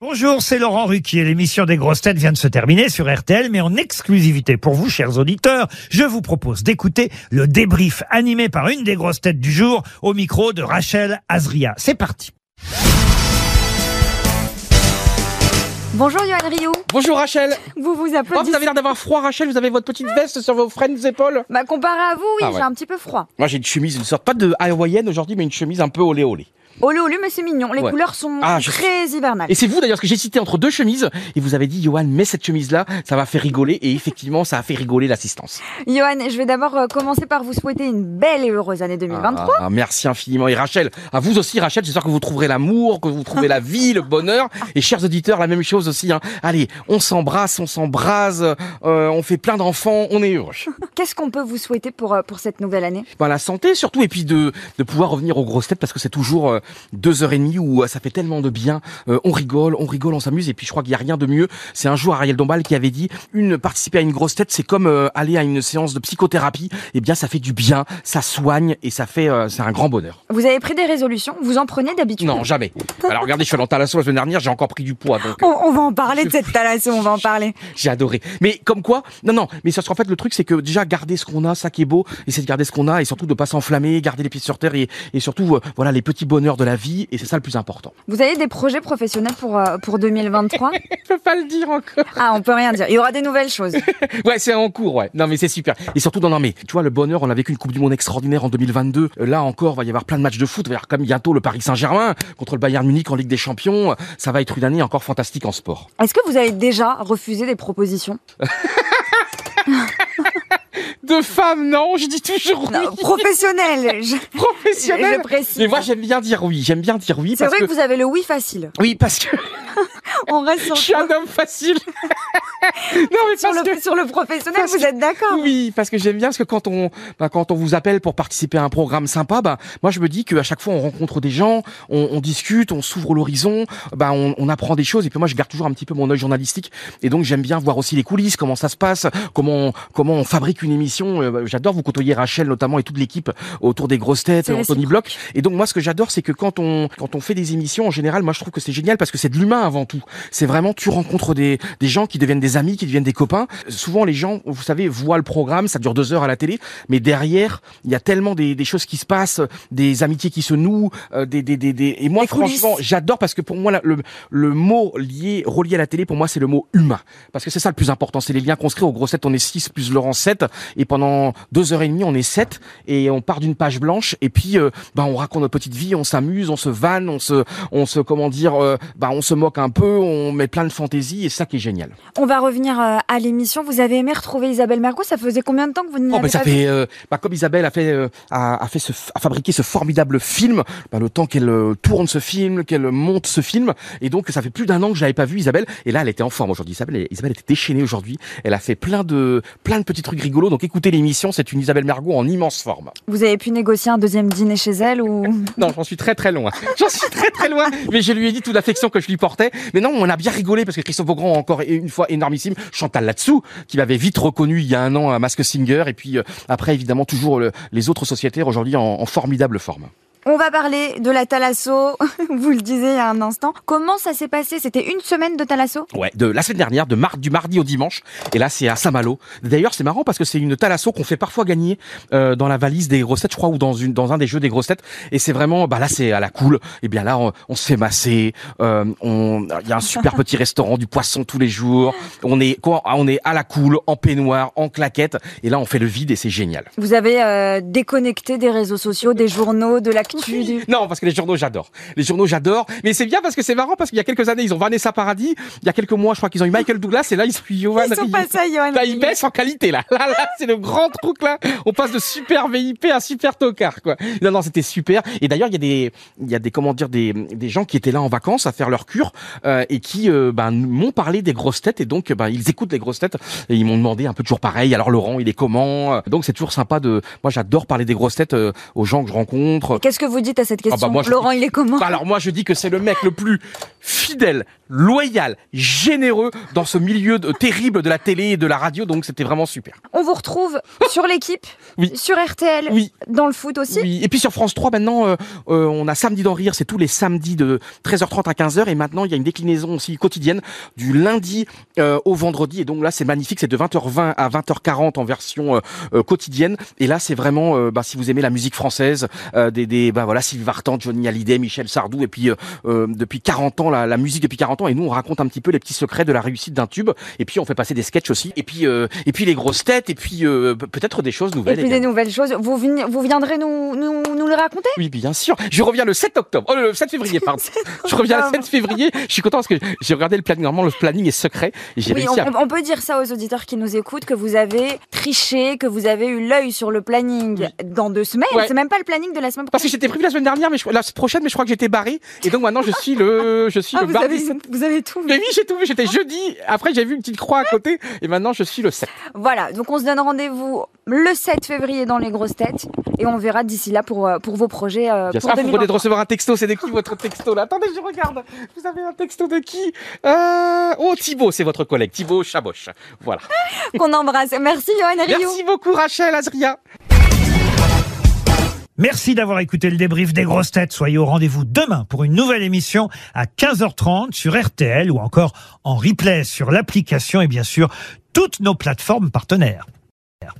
Bonjour, c'est Laurent Ruquier. L'émission des grosses têtes vient de se terminer sur RTL, mais en exclusivité pour vous, chers auditeurs, je vous propose d'écouter le débrief animé par une des grosses têtes du jour au micro de Rachel Azria. C'est parti. Bonjour Yoann Rioux. Bonjour Rachel. Vous Oh, applaudissez. vous avez l'air d'avoir froid Rachel, vous avez votre petite veste sur vos frênes épaules. Comparé à vous, oui, Ah ouais. j'ai un petit peu froid. Moi j'ai une chemise, une sorte, pas de hawaïenne aujourd'hui, mais une chemise un peu olé olé. Olé olé, mais c'est mignon. Les Ouais. couleurs sont Je très hivernales. Et c'est vous d'ailleurs, parce que j'ai cité entre deux chemises, et vous avez dit, Johan, mets cette chemise-là, ça va faire rigoler, et effectivement, ça a fait rigoler l'assistance. Yoann, je vais d'abord commencer par vous souhaiter une belle et heureuse année 2023. Merci infiniment. Et Rachel, à vous aussi Rachel, j'espère que vous trouverez l'amour, que vous trouverez la vie, le bonheur. Et chers auditeurs, la même chose aussi. Allez, on s'embrasse, on s'embrase, on fait plein d'enfants, on est heureux. Qu'est-ce qu'on peut vous souhaiter pour cette nouvelle année? La santé surtout, et puis de pouvoir revenir aux grosses têtes, parce que c'est toujours 2h30 où ça fait tellement de bien. On rigole, on s'amuse, et puis je crois qu'il n'y a rien de mieux. C'est un jour Ariel Dombal qui avait dit, participer à une grosse tête, c'est comme aller à une séance de psychothérapie. Eh bien, ça fait du bien, ça soigne, et ça fait, c'est un grand bonheur. Vous avez pris des résolutions? Vous en prenez d'habitude? Non, jamais. Alors regardez, je suis allé en thalasso la semaine dernière, j'ai encore pris du poids, donc. On va en parler de cette thalasso, on va en parler. J'ai adoré. Mais comme quoi, non, mais parce qu'en fait, le truc, c'est que déjà, garder ce qu'on a, ça qui est beau, essayer de garder ce qu'on a, et surtout de pas s'enflammer, garder les pieds sur terre, et surtout, voilà, les petits bonheurs de la vie, et c'est ça le plus important. Vous avez des projets professionnels pour 2023? Je peux pas le dire encore. Ah, on peut rien dire. Il y aura des nouvelles choses. Ouais, c'est en cours, ouais. Non, mais c'est super. Et surtout, non, mais, tu vois, le bonheur, on a vécu une Coupe du Monde extraordinaire en 2022. Là encore, va y avoir plein de matchs de foot. Il va y avoir comme bientôt le Paris Saint-Germain contre le Bayern Munich en Ligue des Champions. Ça va être une année encore fantastique en sport. Est-ce que vous avez déjà refusé des propositions? De femmes, non, je dis toujours oui. Non, professionnel. Professionnel. Je précise. Mais moi, j'aime bien dire oui. C'est Parce vrai que vous avez le oui facile. Oui, parce que On reste je suis un homme facile. Non, mais sur le professionnel, vous êtes d'accord? Oui, parce que j'aime bien, parce que quand on vous appelle pour participer à un programme sympa, moi je me dis qu'à chaque fois on rencontre des gens, on discute, on s'ouvre l'horizon, on apprend des choses, et puis moi je garde toujours un petit peu mon œil journalistique, et donc j'aime bien voir aussi les coulisses, comment ça se passe, comment on fabrique une émission. J'adore vous côtoyer Rachel notamment et toute l'équipe autour des grosses têtes, Anthony Bloch. Et donc moi ce que j'adore, c'est que quand on fait des émissions en général, moi je trouve que c'est génial parce que c'est de l'humain avant tout. C'est vraiment, tu rencontres des gens qui deviennent des amis, qui deviennent des copains. Souvent les gens, vous savez, voient le programme, ça dure 2 heures à la télé, mais derrière il y a tellement des choses qui se passent, des amitiés qui se nouent, et moi franchement j'adore, parce que pour moi le mot relié à la télé, pour moi c'est le mot humain, parce que c'est ça le plus important, c'est les liens qu'on se crée. Aux grosses têtes on est 6 plus Laurent 7, et pendant 2h30 on est 7, et on part d'une page blanche, et puis on raconte notre petite vie, on s'amuse, on se vanne, on se moque un peu, on met plein de fantaisie, et c'est ça qui est génial. On va revenir à l'émission. Vous avez aimé retrouver Isabelle Mergo? Ça faisait combien de temps que vous n'y avez ça pas fait vu? Comme Isabelle a fabriqué ce formidable film, le temps qu'elle tourne ce film, qu'elle monte ce film, et donc ça fait plus d'1 an que je l'avais pas vue, Isabelle, et là elle était en forme aujourd'hui. Isabelle était déchaînée aujourd'hui, elle a fait plein de petits trucs rigolos, donc écoutez l'émission, c'est une Isabelle Mergo en immense forme. Vous avez pu négocier un deuxième dîner chez elle ou? Non, j'en suis très très loin. Mais je lui ai dit toute l'affection que je lui portais. Mais non, on a bien rigolé, parce que Christophe Beaugrand, encore une fois énormissime, Chantal là-dessous, qui m'avait vite reconnu il y a 1 an à Masked Singer, et puis après évidemment toujours les autres sociétaires aujourd'hui en formidable forme. On va parler de la thalasso, vous le disiez il y a un instant. Comment ça s'est passé? C'était une semaine de thalasso? Ouais, de la semaine dernière, du mardi au dimanche. Et là, c'est à Saint-Malo. D'ailleurs, c'est marrant parce que c'est une thalasso qu'on fait parfois gagner dans la valise des grosses têtes, je crois, ou dans un des jeux des grosses têtes. Et c'est vraiment, là, c'est à la cool. Et bien là, on se fait masser. Il y a un super petit restaurant, du poisson tous les jours. On est à la cool, en peignoir, en claquette. Et là, on fait le vide et c'est génial. Vous avez déconnecté des réseaux sociaux, des journaux, de la Non, parce que les journaux, j'adore. Mais c'est bien parce que c'est marrant, parce qu'il y a quelques années, ils ont Vanessa Paradis. Il y a quelques mois, je crois qu'ils ont eu Michael Douglas, et là, ils sont Yoann. Ils sont passés à Yoann. Là, ils baissent en qualité, là. Là, c'est le grand truc, là. On passe de super VIP à super tocard, quoi. Non, c'était super. Et d'ailleurs, il y a des gens qui étaient là en vacances à faire leur cure, et qui, m'ont parlé des grosses têtes, et donc, ils écoutent les grosses têtes, et ils m'ont demandé un peu toujours pareil. Alors, Laurent, il est comment? Donc, c'est toujours sympa moi, j'adore parler des grosses têtes, aux gens que je rencontre. Qu'est-ce que vous dites à cette question? moi, je Laurent, il est comment? Alors moi, je dis que c'est le mec le plus fidèle, loyal, généreux dans ce milieu terrible de la télé et de la radio, donc c'était vraiment super. On vous retrouve sur l'équipe, Oui. sur RTL, Oui. dans le foot aussi. Oui. Et puis sur France 3, maintenant, on a Samedi d'en rire, c'est tous les samedis de 13h30 à 15h, et maintenant il y a une déclinaison aussi quotidienne du lundi au vendredi, et donc là c'est magnifique, c'est de 20h20 à 20h40 en version quotidienne, et là c'est vraiment, si vous aimez la musique française, Sylvie Vartan, Johnny Hallyday, Michel Sardou, et puis depuis 40 ans, la musique depuis 40 ans, et nous on raconte un petit peu les petits secrets de la réussite d'un tube, et puis on fait passer des sketchs aussi, et puis les grosses têtes, et puis peut-être des choses nouvelles. Et puis des nouvelles choses. Vous viendrez nous le raconter? Oui, bien sûr. Je reviens le 7 octobre. Le 7 février, pardon. Je reviens le 7 février. Je suis content parce que j'ai regardé le planning. Normalement, le planning est secret. Et j'ai réussi on peut dire ça aux auditeurs qui nous écoutent, que vous avez triché, que vous avez eu l'œil sur le planning dans 2 semaines. Ouais. C'est même pas le planning de la semaine prochaine. Parce que j'étais prévu la semaine dernière, la prochaine, mais je crois que j'étais barré. Et donc maintenant, je suis le mardi. Vous avez tout vu. Mais oui, j'ai tout vu. J'étais jeudi. Après, j'ai vu une petite croix à côté. Et maintenant, je suis le 7. Voilà. Donc, on se donne rendez-vous le 7 février dans les grosses têtes. Et on verra d'ici là pour vos projets. Bien sûr, vous venez de recevoir un texto. C'est de qui votre texto là? Attendez, je regarde. Vous avez un texto de qui? Thibaut, c'est votre collègue. Thibaut Chaboche. Voilà. Qu'on embrasse. Merci, Johan Rioux. Merci beaucoup, Rachel Azria. Merci d'avoir écouté le débrief des grosses têtes. Soyez au rendez-vous demain pour une nouvelle émission à 15h30 sur RTL ou encore en replay sur l'application et bien sûr toutes nos plateformes partenaires.